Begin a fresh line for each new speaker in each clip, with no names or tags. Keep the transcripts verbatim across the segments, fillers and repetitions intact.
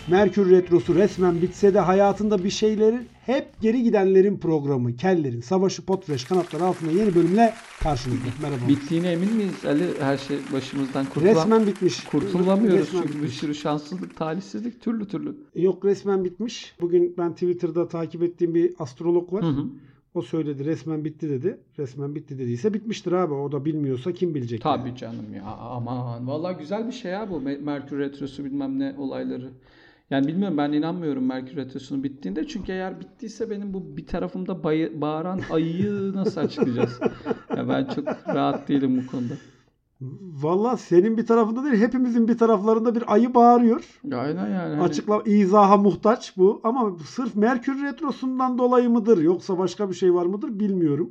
Merkür Retrosu resmen bitse de hayatında bir şeyleri hep geri gidenlerin programı, Kellerin Savaşı Podfresh kanatları altında yeni bölümle karşınızda. Merhaba.
Bittiğine emin miyiz Ali? Her şey başımızdan kurtulam-
Resmen bitmiş.
kurtulamıyoruz
Resmen
çünkü
bitmiş.
bir sürü şanssızlık, talihsizlik türlü türlü.
Yok, resmen bitmiş. Bugün ben Twitter'da takip ettiğim bir astrolog var.
Hı hı.
O söyledi, resmen bitti dedi. Resmen bitti dediyse bitmiştir abi. O da bilmiyorsa kim bilecek?
Tabii
yani.
canım ya, aman. Vallahi güzel bir şey ya bu Merkür Retrosu bilmem ne olayları. Yani bilmiyorum, ben inanmıyorum Merkür Retrosu'nun bittiğinde. Çünkü eğer bittiyse benim bu bir tarafımda bayı, bağıran ayıyı nasıl açıklayacağız? Ya ben çok rahat değilim bu konuda.
Vallahi senin bir tarafında değil, hepimizin bir taraflarında bir ayı bağırıyor.
Aynen yani. Hani...
Açıkla, izaha muhtaç bu. Ama sırf Merkür Retrosu'ndan dolayı mıdır yoksa başka bir şey var mıdır bilmiyorum.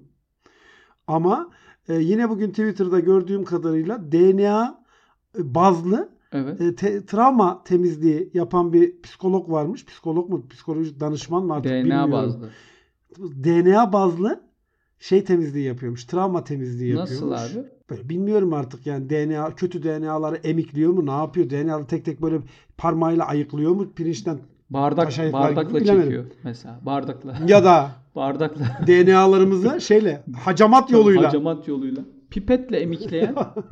Ama e, yine bugün Twitter'da gördüğüm kadarıyla D N A bazlı
Evet.
e, te, travma temizliği yapan bir psikolog varmış. Psikolog mu? Psikolojik danışman mı artık
D N A
bilmiyorum.
bazlı.
D N A bazlı şey temizliği yapıyormuş. Travma temizliği
Nasıl
yapıyormuş.
abi?
Böyle bilmiyorum artık yani D N A, kötü D N A'ları emikliyor mu? Ne yapıyor? D N A'ları tek tek böyle parmağıyla ayıklıyor mu? Pirinçten
Bardak
taş ayıklar
bardakla
gibi,
çekiyor mesela. Bardakla.
Ya da
bardakla.
D N A'larımızı şeyle hacamat yoluyla.
Hacamat yoluyla. Pipetle emikleyen.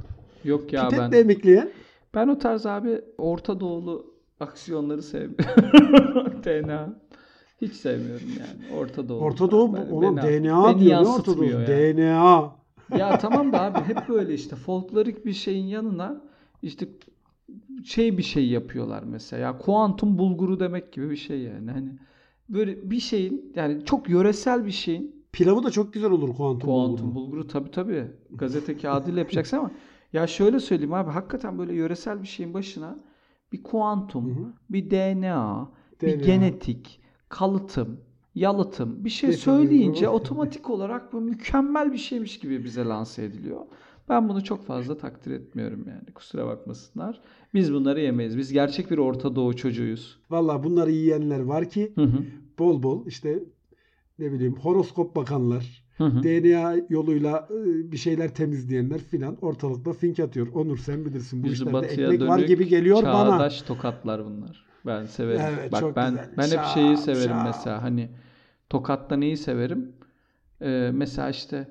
Yok ya
Pipetle
ben.
emikleyen.
Ben o tarz abi Orta Doğulu aksiyonları sevmiyorum. D N A. Hiç sevmiyorum yani. Orta Doğu.
Orta Doğu
Ben-
olan
beni-
D N A
beni
diyor. Ne Orta Doğu?
yansıtmıyor yani.
D N A.
Ya tamam da abi hep böyle işte folklorik bir şeyin yanına işte şey bir şey yapıyorlar mesela. Ya kuantum bulguru demek gibi bir şey yani. Hani böyle bir şeyin, yani çok yöresel bir şeyin.
Pilavı da çok güzel olur kuantum,
Kuantum
bulguru.
bulguru tabii tabii. Gazete kağıdıyla yapacaksın ama ya şöyle söyleyeyim abi, hakikaten böyle yöresel bir şeyin başına bir kuantum,
Hı hı.
bir D N A,
D N A.
bir genetik, kalıtım, yalıtım bir şey
Getirdim,
söyleyince
tamam.
otomatik olarak bu mükemmel bir şeymiş gibi bize lanse ediliyor. Ben bunu çok fazla takdir etmiyorum yani. Kusura bakmasınlar. Biz bunları yemeyiz. Biz gerçek bir Orta Doğu çocuğuyuz.
Vallahi bunları yiyenler var ki
Hı hı.
bol bol işte ne bileyim horoskop bakanlar,
Hı hı.
D N A yoluyla e, bir şeyler temizleyenler filan ortalıkta fink atıyor. Onur sen bilirsin bu
Yüzü
işlerde
batıya
ekmek var
dönük
gibi geliyor bana.
çağdaş tokatlar bunlar. Ben severim.
Evet,
Bak
çok
ben
güzel.
ben hep
Şam,
şeyi severim
şam.
mesela, hani Tokat'ta neyi severim? Ee, mesela işte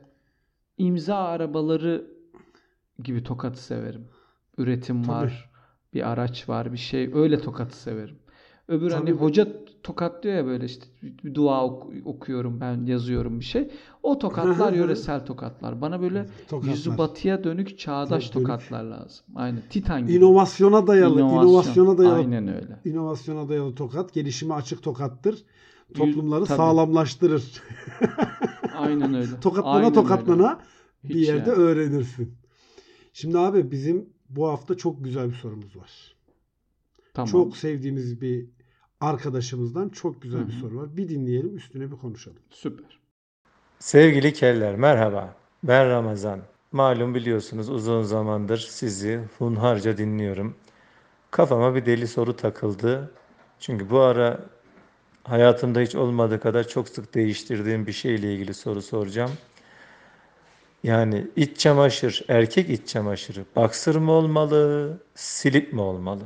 imza arabaları gibi Tokat'ı severim. Üretim
Tabii.
var, bir araç var, bir şey. Öyle Tokat'ı severim. Öbür
Tabii
hani
ben-
hoca tokatlıyor ya böyle, işte bir dua ok- okuyorum ben, yazıyorum bir şey. O tokatlar yöresel tokatlar. Bana böyle
Tokatlar.
yüzü batıya dönük çağdaş
Dönük.
tokatlar lazım. Aynen. Titan gibi.
İnovasyona dayalı,
İnovasyon.
inovasyona dayalı,
Aynen öyle.
inovasyona dayalı tokat, gelişime açık tokattır. Toplumları
Tabii.
sağlamlaştırır.
Aynen öyle.
Tokatlana
Aynen
tokatlana
öyle.
bir
Hiç
yerde
yani.
öğrenirsin. Şimdi abi bizim bu hafta çok güzel bir sorumuz var.
Tamam.
Çok sevdiğimiz bir arkadaşımızdan çok güzel
Hı
bir
hı.
soru var. Bir dinleyelim, üstüne bir konuşalım.
Süper.
Sevgili keller, merhaba. Ben Ramazan. Malum biliyorsunuz uzun zamandır sizi hunharca dinliyorum. Kafama bir deli soru takıldı. Çünkü bu ara hayatımda hiç olmadığı kadar çok sık değiştirdiğim bir şeyle ilgili soru soracağım. Yani iç çamaşır, erkek iç çamaşırı boxer mı olmalı, slip mi olmalı?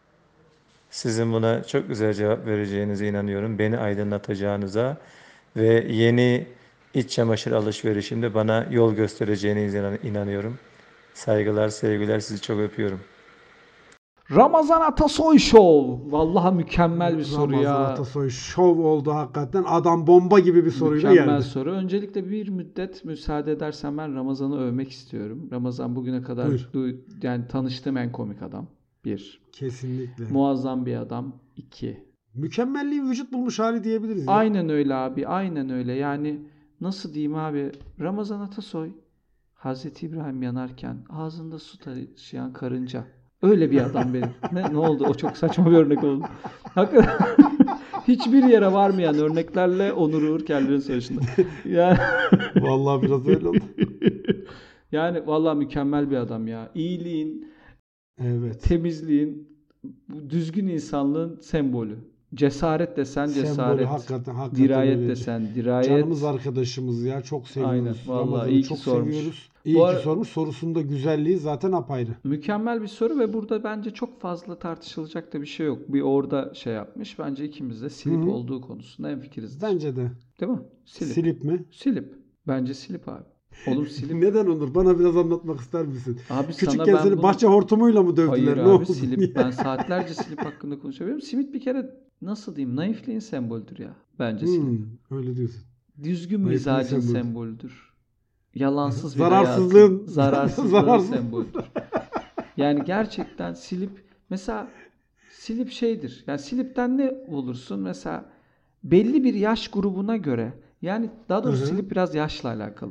Sizin buna çok güzel cevap vereceğinize inanıyorum. Beni aydınlatacağınıza ve yeni iç çamaşır alışverişimde bana yol göstereceğinize inan- inanıyorum. Saygılar, sevgiler, sizi çok öpüyorum.
Ramazan Atasoy Show. Vallahi mükemmel bir soru
Ramazan
ya.
Atasoy şov oldu hakikaten. Adam bomba gibi bir soruyla
Mükemmel
geldi.
soru. Öncelikle bir müddet müsaade edersen ben Ramazan'ı övmek istiyorum. Ramazan bugüne kadar
Buyur.
du- yani tanıştığım en komik adam. Bir.
Kesinlikle.
Muazzam bir adam. İki.
Mükemmelliğin vücut bulmuş hali diyebiliriz. ya.
Aynen öyle abi. Aynen öyle. Yani nasıl diyeyim abi? Ramazan Atasoy Hazreti İbrahim yanarken ağzında su taşıyan karınca. Öyle bir adam benim. Ne, ne oldu? O çok saçma bir örnek oldu. Hakikaten hiçbir yere varmayan örneklerle Onur Uğur Keller'in sayısında. Yani
Vallahi biraz öyle oldu.
yani vallahi mükemmel bir adam ya. İyiliğin,
Evet.
temizliğin, bu düzgün insanlığın sembolü. Cesaret desen
Sembolü
cesaret.
hakikaten hakikaten
Dirayet
öyle.
desen dirayet.
Canımız arkadaşımız ya. Çok seviyoruz.
Aynen. Vallahi
Ramazan'ı
iyi ki
çok
sormuş.
seviyoruz. İyi
Bu
ki
ara-
sormuş. Sorusunda güzelliği zaten apayrı.
Mükemmel bir soru ve burada bence çok fazla tartışılacak da bir şey yok. Bir orada şey yapmış. Bence ikimiz de silip
Hı hı.
olduğu konusunda hemfikirizdir.
Bence de.
Değil mi? Silip.
Silip mi?
Silip. Bence silip abi. Oğlum silip.
Neden Onur? Bana biraz anlatmak ister misin?
Abi sana
Küçükken
ben
seni
bunu...
bahçe hortumuyla mı dövdüler?
Hayır
Ne
abi
oldu?
silip. Ben saatlerce silip hakkında konuşabilirim. Simit bir kere nasıl diyeyim naifliğin sembolüdür ya. Bence silip.
Hmm, öyle diyorsun.
Düzgün
Naifliğin
mizacın
sembolü.
sembolüdür. Yalansız bir
Zararsızlığın-
hayatın, zararsızlığın
Zararsız-
sembolüdür. Yani gerçekten silip mesela silip şeydir. Yani silipten ne olursun? Mesela belli bir yaş grubuna göre yani daha doğrusu
Hı hı.
silip biraz yaşla alakalı.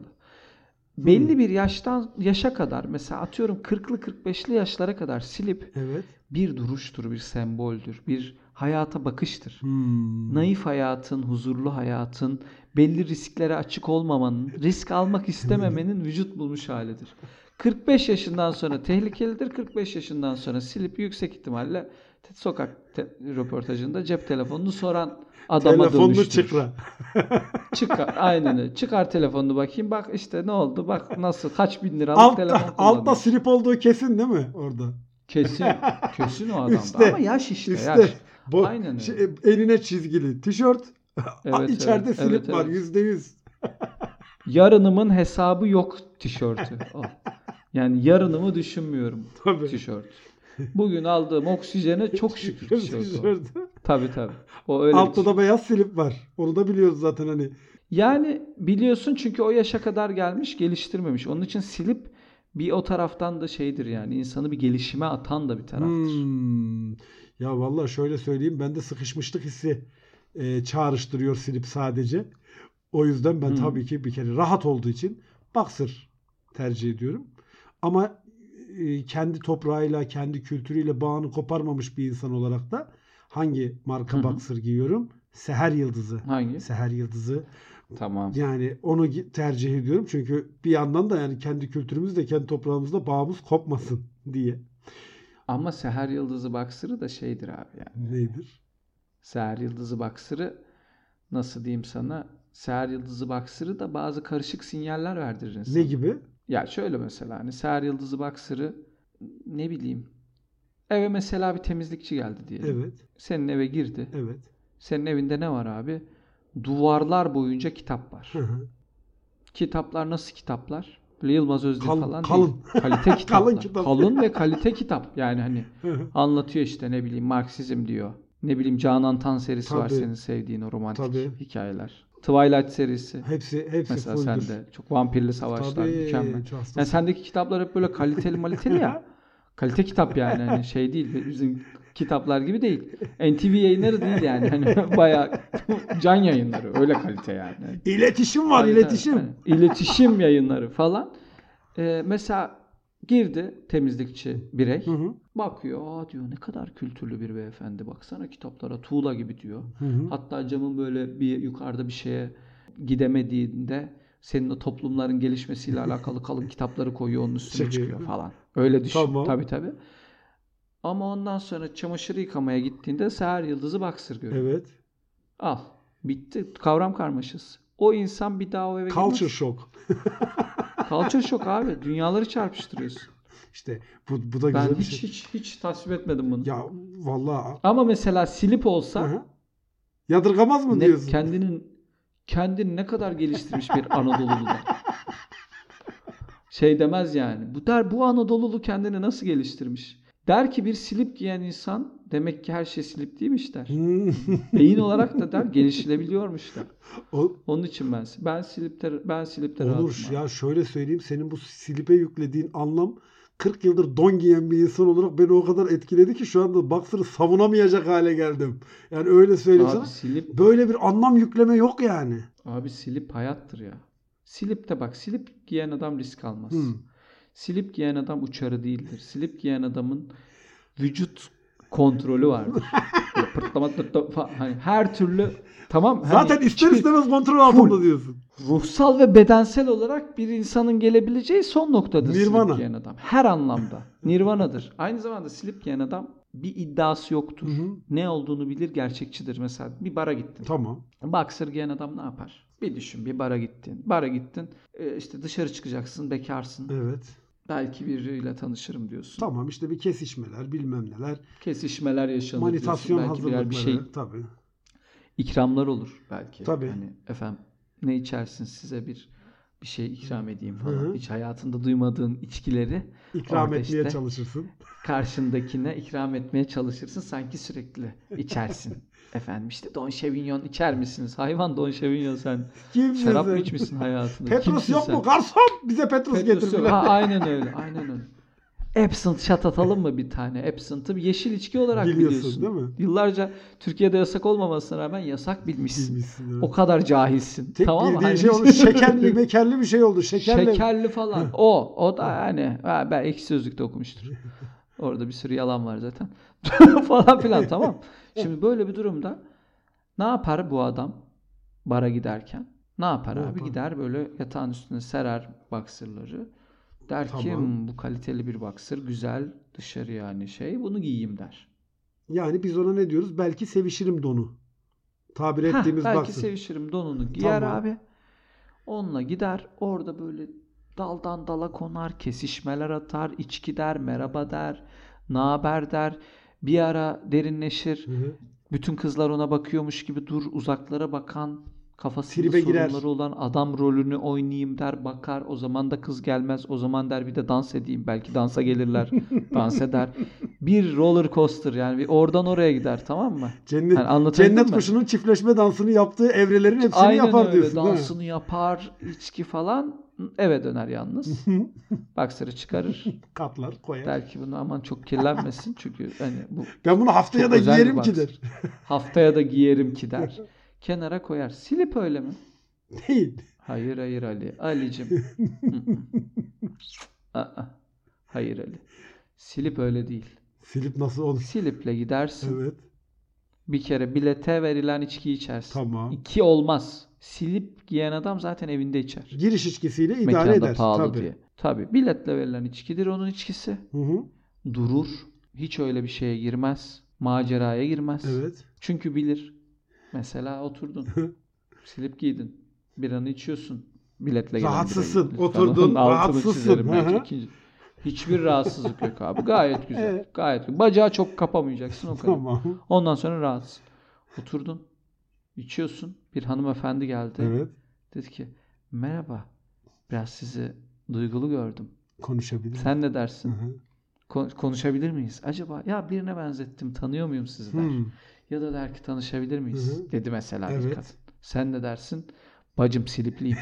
Belli bir yaştan yaşa kadar mesela atıyorum kırklı kırk beşli yaşlara kadar silip
Evet.
bir duruştur, bir semboldür, bir hayata bakıştır.
Hmm.
Naif hayatın, huzurlu hayatın, belli risklere açık olmamanın, risk almak istememenin vücut bulmuş halidir. kırk beş yaşından sonra tehlikelidir. kırk beş yaşından sonra silip yüksek ihtimalle te- sokak te- röportajında cep telefonunu soran adama
Telefonlu
dönüştürür.
çıkra.
Çıkar, aynen öyle. Çıkar telefonunu bakayım. Bak işte ne oldu? Bak nasıl kaç bin liralık telefon
Altta, altta
kullanıyor.
silip olduğu kesin değil mi orada?
Kesin. Kesin o adamda.
Üste,
Ama yaş işte
üste.
yaş.
Bu,
Aynen öyle.
şey, eline çizgili tişört.
Evet,
İçeride
evet,
silip
evet,
var
evet.
yüzde yüz.
Yarınımın hesabı yok tişörtü. O. Yani yarınımı düşünmüyorum
Tabii.
tişört. Bugün aldığım oksijene çok şükür tişört o.
Tişört.
Tabii tabii. O öyle bir
Altta da
tişört.
beyaz silip var. Onu da biliyoruz zaten hani.
Yani biliyorsun çünkü o yaşa kadar gelmiş, geliştirmemiş. Onun için silip bir o taraftan da şeydir yani insanı bir gelişime atan da bir taraftır.
Hmm. Ya vallahi şöyle söyleyeyim, bende sıkışmışlık hissi e, çağrıştırıyor silip sadece. O yüzden ben
Hmm.
tabii ki bir kere rahat olduğu için boxer tercih ediyorum. Ama e, kendi toprağıyla, kendi kültürüyle bağını koparmamış bir insan olarak da hangi marka
Hı hı.
boxer giyiyorum? Seher Yıldızı.
Hangi?
Seher Yıldızı.
Tamam.
Yani onu gi- tercih ediyorum. Çünkü bir yandan da yani kendi kültürümüzle, kendi toprağımızla bağımız kopmasın diye.
Ama Seher Yıldızı Boxer'ı da şeydir abi yani.
Nedir?
Seher Yıldızı Boxer'ı nasıl diyeyim sana? Seher Yıldızı Boxer'ı da bazı karışık sinyaller verdirir insana.
Ne gibi?
Ya şöyle mesela hani Seher Yıldızı Boxer'ı ne bileyim eve mesela bir temizlikçi geldi diyelim.
Evet.
Senin eve girdi.
Evet.
Senin evinde ne var abi? Duvarlar boyunca kitap var.
Hı hı.
Kitaplar nasıl kitaplar? Böyle Yılmaz Özdil
Kal-
falan
kalın.
değil. Kalite kitaplar.
Kalın kitap.
Kalın ve kalite kitap. Yani hani
Hı hı.
anlatıyor işte ne bileyim Marksizm diyor. Ne bileyim Canan Tan serisi var
Tabii.
senin sevdiğin o romantik
Tabii.
hikayeler. Twilight serisi.
Hepsi hepsi
Mesela
fulldür.
sende çok vampirli savaşlar
Tabii.
mükemmel.
Çok hastasın.
Yani sendeki kitaplar hep böyle kaliteli maliteli ya. Kalite kitap yani hani şey değil bizim kitaplar gibi değil. N T V yayınları değil yani hani bayağı can yayınları öyle kalite yani.
İletişim var,
Tabii,
iletişim.
tabii. Hani iletişim yayınları falan. Ee, mesela girdi temizlikçi birey.
Hı hı.
Bakıyor aa diyor ne kadar kültürlü bir beyefendi baksana kitaplara tuğla gibi diyor.
Hı hı.
Hatta camın böyle bir yukarıda bir şeye gidemediğinde senin o toplumların gelişmesiyle alakalı kalın kitapları koyuyor onun üstüne
Çekiyor.
çıkıyor falan. Öyle düşün.
Tamam.
Tabii tabii. Ama ondan sonra çamaşırı yıkamaya gittiğinde Seher Yıldızı Boxer görüyor.
Evet.
Al. Bitti. Kavram karmaşası. O insan bir daha o eve
Culture
girmez.
shock.
Culture shock abi. Dünyaları çarpıştırıyorsun.
İşte bu, bu da
Ben
güzel bir
hiç
şey.
hiç hiç tasvip etmedim bunu.
Ya vallahi.
Ama mesela silip
Hı
olsa
hı. Yadırgamaz mı
ne,
diyorsun?
kendinin kendini ne kadar geliştirmiş bir Anadolu'lu da. Şey demez yani. Bu der bu Anadolu'lu kendini nasıl geliştirmiş? Der ki bir silip giyen insan demek ki her şey silip değilmiş der. Beyin olarak da der gelişilebiliyormuş der.
O,
Onun için ben ben silipte ben silipte
olur
rahatım abi.
ya, şöyle söyleyeyim, senin bu silipe yüklediğin anlam kırk yıldır don giyen bir insan olarak beni o kadar etkiledi ki şu anda boxer'ı savunamayacak hale geldim. Yani öyle söyleyeyim
Abi
sana.
silip
Böyle bir anlam yükleme yok yani.
abi silip hayattır ya. Silip de bak silip giyen adam risk almaz.
Hmm.
Silip giyen adam uçarı değildir. Silip giyen adamın vücut kontrolü vardır. Böyle pırtlama pırtlama falan. Hani her türlü tamam.
Zaten
hani
ister
hiçbir-
istemez kontrol altında diyorsun.
ruhsal ve bedensel olarak bir insanın gelebileceği son noktadır
Nirvana.
silip giyen adam. Her anlamda. Nirvana'dır. Aynı zamanda silip giyen adam bir iddiası yoktur.
Hı hı.
Ne olduğunu bilir, gerçekçidir. Mesela bir bara gittin.
Tamam.
Boxer giyen adam ne yapar? Bir düşün, bir bara gittin. Bara gittin, e, işte dışarı çıkacaksın, bekarsın.
Evet.
Belki biriyle tanışırım diyorsun.
Tamam işte bir kesişmeler, bilmem neler.
Kesişmeler yaşanır
Manitasyon
diyorsun. Belki birer
hazırlıkları.
bir şey,
Tabii.
ikramlar olur belki.
Tabii.
Hani efendim ne içersin, size bir bir şey ikram edeyim falan.
Hı hı.
Hiç hayatında duymadığın içkileri
İkram
orada
etmeye
işte
çalışırsın.
karşındakine ikram etmeye çalışırsın. Sanki sürekli içersin. Efendim işte Don Chevignon içer misiniz? Hayvan Don Chevignon sen.
Kimsin
Şarap
sen?
mı içmişsin hayatında?
Petros
Kimsin
yok
sen?
mu? Garson bize Petros,
Petros
getir
yok.
filan.
Ha, aynen öyle. Aynen öyle. Absinthe shot atalım mı bir tane? Absinthe'ı bir yeşil içki olarak
Biliyorsun,
biliyorsun.
değil mi?
Yıllarca Türkiye'de yasak olmamasına rağmen yasak bilmişsin.
Bilmişsin, evet.
O kadar cahilsin.
Tek
tamam mı?
bildiğin
Hani-
şey oldu. Şekerli, mekerli bir şey oldu. Şekerli.
Şekerli falan. O. O da yani. Ha, ben Ekşi Sözlük'te okumuştur. Orada bir sürü yalan var zaten. falan filan, tamam. Şimdi böyle bir durumda ne yapar bu adam bara giderken? Ne yapar
Ne
abi?
yapar?
Gider böyle yatağın üstüne serer boxer'ları. Der ki
Tamam.
"Hmm, bu kaliteli bir boxer, güzel, dışarı yani şey, bunu giyeyim" der.
Yani biz ona ne diyoruz? Belki sevişirim donu. Tabir
Heh,
ettiğimiz
belki
boxer.
sevişirim donunu giyer
Tamam.
abi. Onunla gider orada böyle daldan dala konar, kesişmeler atar, içki der, merhaba der, naber der. Bir ara derinleşir.
Hı hı.
Bütün kızlar ona bakıyormuş gibi dur, uzaklara bakan, kafasında
Tribe girer.
sorunları olan adam rolünü oynayayım der, bakar. O zaman da kız gelmez. O zaman der bir de dans edeyim. Belki dansa gelirler. Dans eder. Bir roller coaster, yani bir oradan oraya gider, tamam mı?
Cennet,
Yani anlatabildim
cennet
mi?
kuşunun çiftleşme dansını yaptığı evrelerin hepsini
Aynen
yapar
öyle.
diyorsun. değil mi?
Dansını yapar, içki falan. Eve döner yalnız. Boxer'ı çıkarır.
Katlar koyar.
Der ki bunu aman çok kirlenmesin. Çünkü hani bu
Ben bunu haftaya
çok
da
özel bir
giyerim ki
boxer.
der.
Haftaya da giyerim ki der. Kenara koyar. Silip öyle mi?
Değil.
Hayır hayır Ali. Ali'cim. Aa, hayır Ali. Silip öyle değil.
Silip nasıl olur?
Siliple gidersin.
Evet.
Bir kere bilete verilen içkiyi içersin.
Tamam.
İki olmaz. Silip giyen adam zaten evinde içer.
Giriş içkisiyle idare
Mekanda
eder.
pahalı
Tabii.
diye. Tabii. Biletle verilen içkidir onun içkisi.
Hı hı.
Durur. Hiç öyle bir şeye girmez. Maceraya girmez.
Evet.
Çünkü bilir. Mesela oturdun. Silip giydin. Biranı içiyorsun. Biletle gelen
Rahatsızsın.
birayı. Lütfen
Oturdun,
onun altını
rahatsızsın.
çizerim
Hı
belki
hı.
ikinci. Hiçbir rahatsızlık yok abi. Gayet güzel.
Evet.
Gayet güzel. Bacağı çok kapamayacaksın o kadar.
Tamam.
Ondan sonra rahatsın. Oturdun. İçiyorsun. Bir hanımefendi geldi.
Evet.
Dedi ki merhaba. Biraz sizi duygulu gördüm.
Konuşabilir.
Sen ne
Hı
dersin?
hı.
Kon- konuşabilir miyiz? Acaba ya birine benzettim, tanıyor muyum sizi der.
Hmm.
Ya da der ki tanışabilir miyiz?
Hı hı.
Dedi mesela bir
Evet.
kadın. Sen ne dersin? Bacım silipliyim.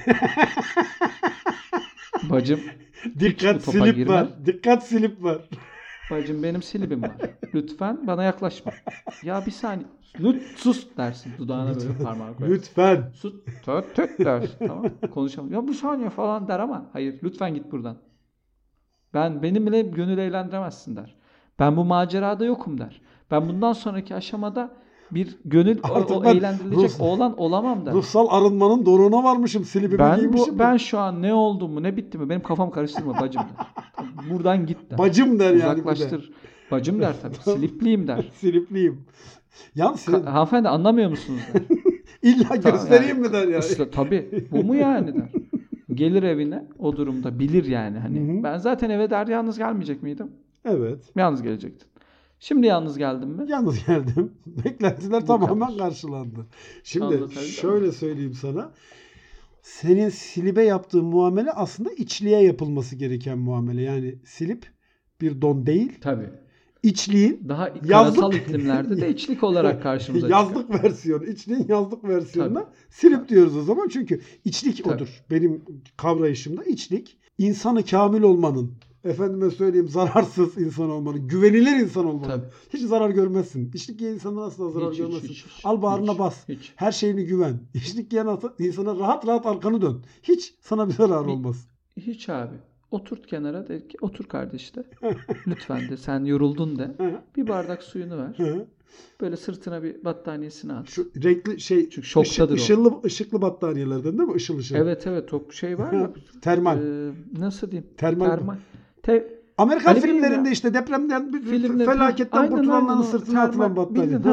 Bacım
Dikkat
bu topa
silip
girme.
var. Dikkat silip var.
bacım benim silibim var. Lütfen bana yaklaşma. Ya bir saniye. Lüt sus dersin. Dudağına böyle parmağı koyar.
Lütfen.
Sus. Töt töt dersin. Tamam. Konuşalım. Ya bir saniye falan der ama hayır. Lütfen git buradan. Ben benim bile gönül eğlendiremezsin der. Ben bu macerada yokum der. Ben bundan sonraki aşamada bir gönül o,
Artık
o
ben
eğlendirilecek
ruh-
oğlan olamam der.
Ruhsal arınmanın doruğuna varmışım. Silibimi
Ben
giymişim.
bu ben şu an ne oldu mu ne bitti mi benim kafam karıştırma bacım der. Buradan git der.
Bacım der yani bir de.
Uzaklaştır. Bacım der tabii. Silipliyim der.
Silipliyim. Yalnız
Ka- hanımefendi anlamıyor musunuz der.
illa
Tamam
göstereyim
yani.
mi der yani.
İşte tabii. Bu mu yani der. Gelir evine o durumda bilir yani hani.
Hı hı.
Ben zaten eve der yalnız gelmeyecek miydim?
Evet.
Yalnız gelecektin. Şimdi yalnız geldim mi?
Yalnız geldim. Beklentiler
Bu
tamamen
kadar.
karşılandı. Şimdi
Anlatabildim
şöyle söyleyeyim sana. Senin silibe yaptığın muamele aslında içliğe yapılması gereken muamele. Yani silip bir don değil.
Tabii.
İçliğin
Daha
Yazlık-
karasal iklimlerde de içlik olarak karşımıza çıkar.
yazlık versiyonu. İçliğin yazlık versiyonuna
Tabii.
silip diyoruz o zaman. Çünkü içlik
Tabii.
odur. Benim kavrayışımda içlik insanı kamil olmanın, efendime söyleyeyim zararsız insan olmanın, güvenilir insan olmanın.
Tabii.
Hiç zarar görmezsin. İçlik giyen insana asla zarar
Hiç, hiç,
görmezsin.
hiç, hiç.
Al bağrına
Hiç,
bas.
hiç.
Her şeyini güven. İçlik giyen insana rahat rahat arkanı dön. Hiç sana bir zarar
Bir-
olmaz.
Hiç abi. Oturt kenara de ki otur kardeş de. Lütfen de sen yoruldun de.
Hı.
Bir bardak suyunu ver.
Hı.
Böyle sırtına bir battaniyesini at.
Şu renkli şey
Çünkü şoktadır o.
ışıllı, ışıklı battaniyelerden değil mi? Işıl ışıl.
Evet evet o şey var ya.
Termal.
e, nasıl diyeyim?
Termal.
Termal. Te-
Amerikan
Alüminyum
filmlerinde
ya.
işte depremden, bir-
Filmler-
felaketten
Aynen,
kurtulanların
aynen o
sırtına atılan
termal.
battaniye.
Bildin,
Ha.
ha.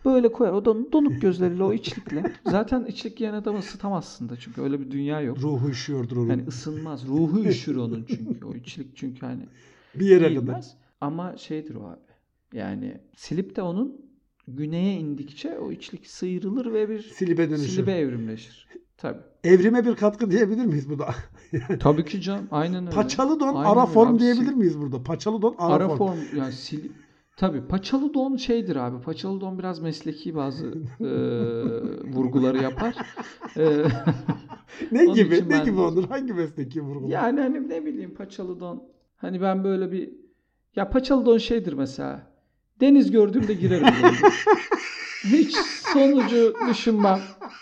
Böyle koyar. O da donuk gözleriyle o içlikle. Zaten içlik giyen adamı ısıtamazsın da çünkü öyle bir dünya yok.
Ruhu üşüyordur onun.
Hani ısınmaz. Ruhu üşür onun çünkü. O içlik çünkü hani
Bir yere
giyilmez.
kadar.
Ama şeydir o abi. Yani silip de onun güneye indikçe o içlik sıyrılır ve bir
Silibe dönüşür.
silibe evrimleşir. Tabii.
Evrime bir katkı diyebilir miyiz bu da?
Tabii ki canım. Aynen öyle.
Paçalı don
Aynen
ara
öyle
form
abi.
diyebilir
Sil-
miyiz burada? Paçalı don ara,
Ara
form.
form yani sil tabii paçalı don şeydir abi. Paçalı don biraz mesleki bazı e, vurguları yapar. E,
Ne
Onun
gibi?
için
Ne
ben-
gibi olur? Hangi mesleki vurgu?
yani hani ne bileyim paçalı don. Hani ben böyle bir ya paçalı don şeydir mesela. Deniz gördüğümde girerim denize. Hiç sonucu düşünmem.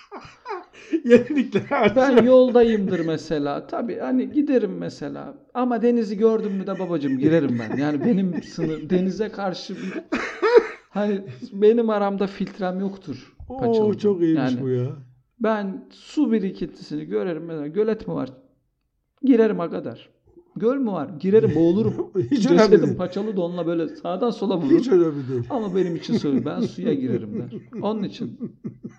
Yenilikler
Ben yoldayımdır mesela. Tabii hani giderim mesela. Ama denizi gördüm mü de babacığım girerim ben. Yani benim sınır denize karşı bir hani benim aramda filtrem yoktur.
Oo,
paçalı
çok
don.
iyiymiş
Yani
bu ya.
ben su birikintisini görerim mesela. Gölet mi var? Girerim kadar. Göl mü var? Girerim boğulurum.
Hiç önemli
Cesedim
değil.
paçalı donla böyle sağdan sola vururum.
Hiç önemli değil.
Ama benim için söylüyorum. Ben suya girerim der. Onun için.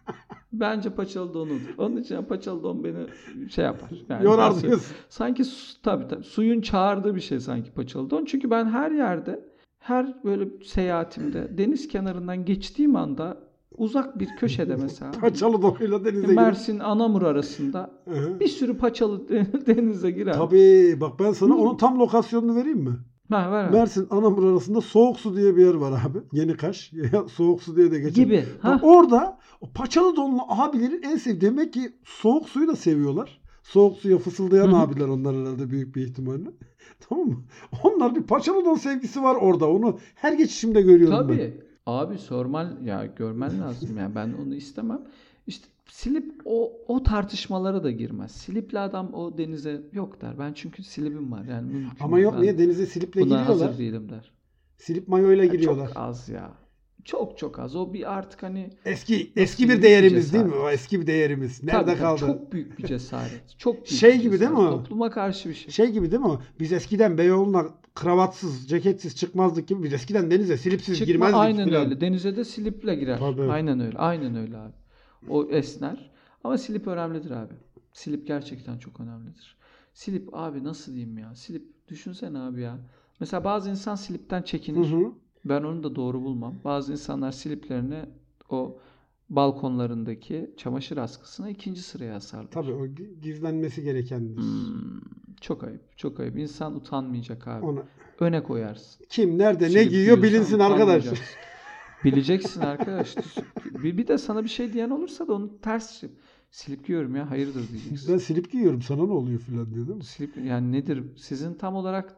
Bence paçalı donudur. Onun için paçalı don beni şey yapar. Yani
Yorar
nasıl-
diyorsun.
Sanki su, tabii tabii suyun çağırdığı bir şey sanki paçalı don. Çünkü ben her yerde, her böyle seyahatimde deniz kenarından geçtiğim anda uzak bir köşede mesela
Paçalı donuyla denize girer.
Mersin Anamur arasında
Hı.
bir sürü paçalı denize girer.
Tabii bak ben sana onun tam lokasyonunu vereyim mi?
Ha, ver abi.
Mersin Anamur arasında Soğuk Su diye bir yer var abi. Yeni Kaş. Soğuk Su diye de geçer.
Gibi.
Bak
Ha?
orada o paçalı donlu abilerin en sevdiği demek ki soğuk suyu da seviyorlar. Soğuk suya fısıldayan
Hı hı.
abiler onlar herhalde büyük bir ihtimalle. Tamam mı? Onlar bir paçalı don sevgisi var orada. Onu her geçişimde görüyorum ben.
Tabii. Abi sormal ya görmen lazım yani ben onu istemem. İşte silip o o tartışmalara da girmez. Silipli adam o denize yok der. Ben çünkü silibim var yani mümkün.
Ama
değil.
yok
Ben
niye denize siliple
buna
giriyorlar?
hazır değilim der.
Silip mayoyla
Ya
giriyorlar.
çok az ya. Çok çok az. O bir artık hani
Eski eski
büyük
bir
bir
değerimiz değil mi?
cesaret.
O eski bir değerimiz. Nerede
tabii, tabii,
kaldı?
çok büyük bir cesaret. Çok büyük
Şey
bir
gibi değil mi
cesaret.
o?
Topluma karşı bir şey.
Şey gibi değil mi o? Biz eskiden Beyoğlu'na kravatsız, ceketsiz çıkmazdık gibi. Biz eskiden denize silipsiz
Çıkma,
girmezdik
aynen
filan.
öyle. Denize de siliple girer.
Tabii.
Aynen öyle. Aynen öyle abi. O esner. Ama silip önemlidir abi. Silip gerçekten çok önemlidir. Silip abi nasıl diyeyim ya? Silip düşünsene abi ya. Mesela bazı insan silipten
Hı
çekinir.
hı.
Ben onu da doğru bulmam. Bazı insanlar siliplerini o balkonlarındaki çamaşır askısına ikinci sıraya asarlar.
Tabii o gi- gizlenmesi gerekendir.
Hmm, çok ayıp. Çok ayıp. İnsan utanmayacak abi.
Ona
Öne koyarsın.
kim nerede ne
Silip
giyiyor
giyiyorsan
bilinsin arkadaş.
utanmayacaksın. Bileceksin arkadaş. Bir, bir de sana bir şey diyen olursa da onu ters silip giyiyorum ya hayırdır diyeceksin.
Ben silip giyiyorum sana ne oluyor filan diyor değil mi?
Silip yani nedir? Sizin tam olarak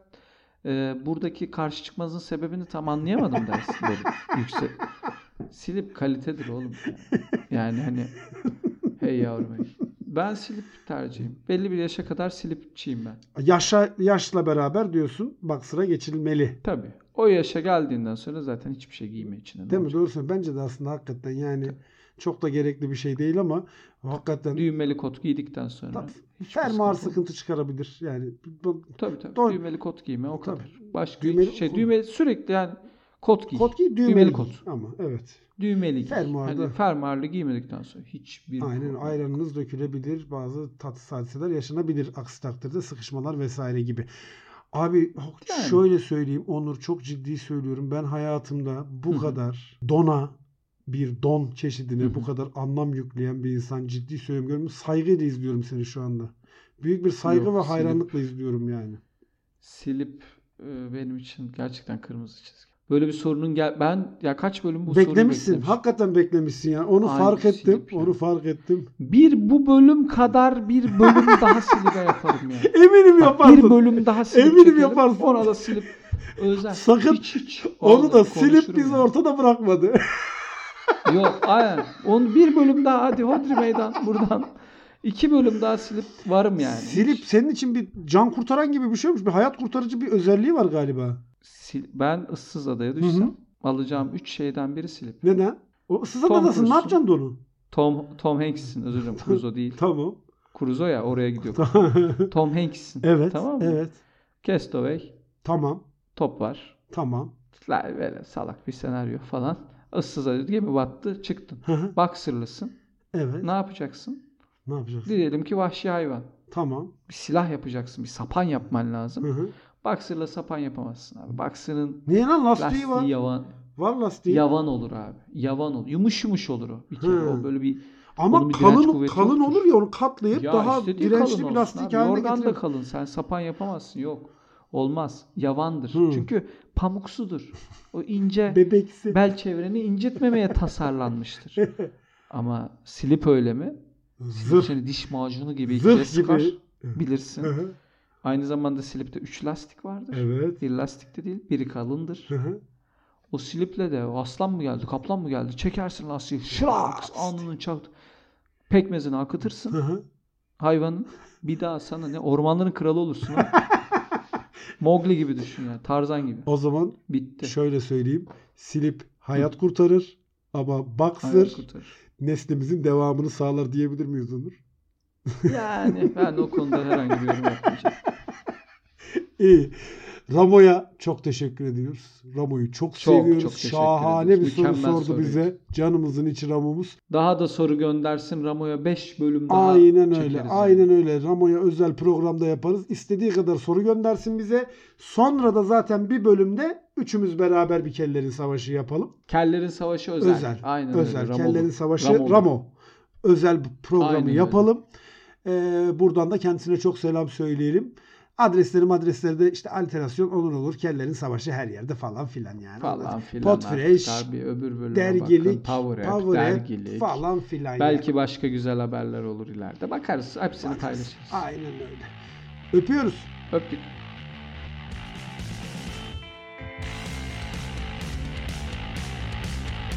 e, buradaki karşı çıkmanızın sebebini tam anlayamadım dersin böyle yüksek. Silip kalitedir oğlum. Yani, yani hani hey yavrum hey. Ben silip tercihim. Belli bir yaşa kadar silipçiyim ben.
Yaşa, yaşla beraber diyorsun bak sıra geçilmeli.
Tabii. O yaşa geldiğinden sonra zaten hiçbir şey giyme içine.
Değil mi? Doğru söylüyorsun. Bence de aslında hakikaten yani çok da gerekli bir şey değil ama hakikaten
Düğmeli kot giydikten sonra.
tabii,
hiçbir
fermuar
sıkıntı olmaz.
sıkıntı çıkarabilir. Yani bu-
Tabii tabii.
Don-
Düğmeli kot giyme o kadar.
Tabii.
Başka
Düğmeli-
hiç şey düğmeli sürekli yani kot giy.
kot giy düğmeli,
Düğmeli
giy.
kot.
Ama evet.
Düğmeli giy.
Fermuarda-
Hani fermuarlı giymedikten sonra hiçbir
Aynen
problem yok.
ayranınız dökülebilir. Bazı tatsız hadiseler yaşanabilir. Aksi takdirde sıkışmalar vesaire gibi. Abi
Yani.
şöyle söyleyeyim Onur çok ciddi söylüyorum. Ben hayatımda bu
Hı hı.
kadar dona bir don çeşidine
Hı hı.
bu kadar anlam yükleyen bir insan ciddi söylüyorum. Görüyorum. Saygıyla izliyorum seni şu anda. Büyük bir saygı
Yok,
ve
silip-
hayranlıkla izliyorum yani.
Silip e, benim için gerçekten kırmızı çizgi. Böyle bir sorunun gel ben ya kaç bölüm bu soruyu
Beklemişsin.
beklemişim.
Hakikaten beklemişsin yani. Onu
Aynı
fark ettim.
silip ya.
Onu fark ettim.
Bir bu bölüm kadar bir bölüm daha silibe yaparım ya.
Eminim
Bak,
yaparsın.
bir bölüm daha silip
Eminim
çekelim.
yaparsın.
Ona da silip özel.
Sakın
hiç, hiç.
Onu da
Vallahi
silip
konuşurum
bizi
ya.
ortada bırakmadı.
Yok aynen. Onu bir bölüm daha hadi Hodri Meydan buradan. İki bölüm daha silip varım yani.
Silip
Hiç-
senin için bir can kurtaran gibi bir şey olmuş. Bir hayat kurtarıcı bir özelliği var galiba.
Sil- ben ıssız adaya
Hı
düşsem
hı.
alacağım üç şeyden biri silip.
Neden? O ıssız
Tom
adadasın. Ne
Cruise'un-
yapacaksın da onu?
Tom Tom Hanks'in özür dilerim Crusoe değil.
Tamam.
Crusoe ya oraya gidiyor. Tom Hanks'in.
Evet.
Tamam mı?
Evet.
Castaway
Tamam.
top var.
Tamam.
La- Böyle salak bir senaryo falan. Issıza gemi battı, çıktın.
Hı hı.
Boxer'lısın.
Evet.
Ne yapacaksın?
Ne yapacaksın?
Diyelim ki vahşi hayvan.
Tamam.
Bir silah yapacaksın. Bir sapan yapman lazım.
Hı hı.
Boxer'la sapan yapamazsın abi. Boxer'ın
Niye lan, lastiği
lastiği
var?
yavan.
Var lastiği.
Yavan olur abi. Yavan olur. Yumuş yumuş olur o. Bir kere
Hı.
o böyle bir
Ama
onun bir direnç
kalın
kuvveti
kalın
yoktur.
olur ya, onu katlayıp
Ya
daha
istediği
dirençli
kalın
bir
olsun
lastik
abi.
haline
Yorgan da
getirir.
kalın. Sen sapan yapamazsın. Yok. Olmaz. Yavandır.
Hı.
Çünkü pamuksudur. O ince
Bebeksi.
bel çevreni incitmemeye tasarlanmıştır. Ama slip öyle mi? Slip
Zırh.
seni diş macunu gibi ikiye
Zırh
sıkar.
gibi.
Bilirsin.
Hı hı.
Aynı zamanda slipte üç lastik vardır.
Evet.
Bir lastik de değil. Biri kalındır.
Hı hı.
O sliple de aslan mı geldi, kaplan mı geldi? Çekersin lastiği. Şlaks! Alnının çaktı. Pekmezini akıtırsın.
Hı hı.
Hayvanın. Bir daha sana ne? Ormanların kralı olursun. Ha? Mowgli gibi düşün yani. Tarzan gibi.
O zaman
Bitti.
şöyle söyleyeyim. Slip hayat kurtarır ama boxer
Hayat kurtarır.
neslimizin devamını sağlar diyebilir miyiz Onur?
Yani ben o konuda herhangi bir yorum yapmayacağım.
İyi. Ramo'ya çok teşekkür ediyoruz. Ramo'yu çok,
Çok,
seviyoruz.
çok teşekkür
Şahane
ediyoruz.
bir soru
Mükemmel
sordu
soruydu.
bize. Canımızın içi Ramo'muz.
Daha da soru göndersin. Ramo'ya beş bölüm daha
Aynen öyle.
çekeriz yani.
Aynen öyle. Ramo'ya özel programda yaparız. İstediği kadar soru göndersin bize. Sonra da zaten bir bölümde üçümüz beraber bir Kellerin Savaşı yapalım.
Kellerin Savaşı özel.
Özel.
Aynen
özel.
öyle.
Kellerin
Ramolu.
Savaşı
Ramolu.
Ramo. Özel bir programı
Aynen öyle.
yapalım. Ee, buradan da kendisine çok selam söyleyelim. Adresleri adresleri de işte alterasyon olur olur. Kellerin Savaşı her yerde falan filan yani.
Falan filan.
Podfresh,
artık abi, öbür bölüme
dergilik,
bakın. Power App,
Power App
dergilik.
falan filan.
Belki
yani.
başka güzel haberler olur ileride. Bakarız. Hepsini
Bakarız.
paylaşırız.
Aynen öyle. Öpüyoruz.
Öptük.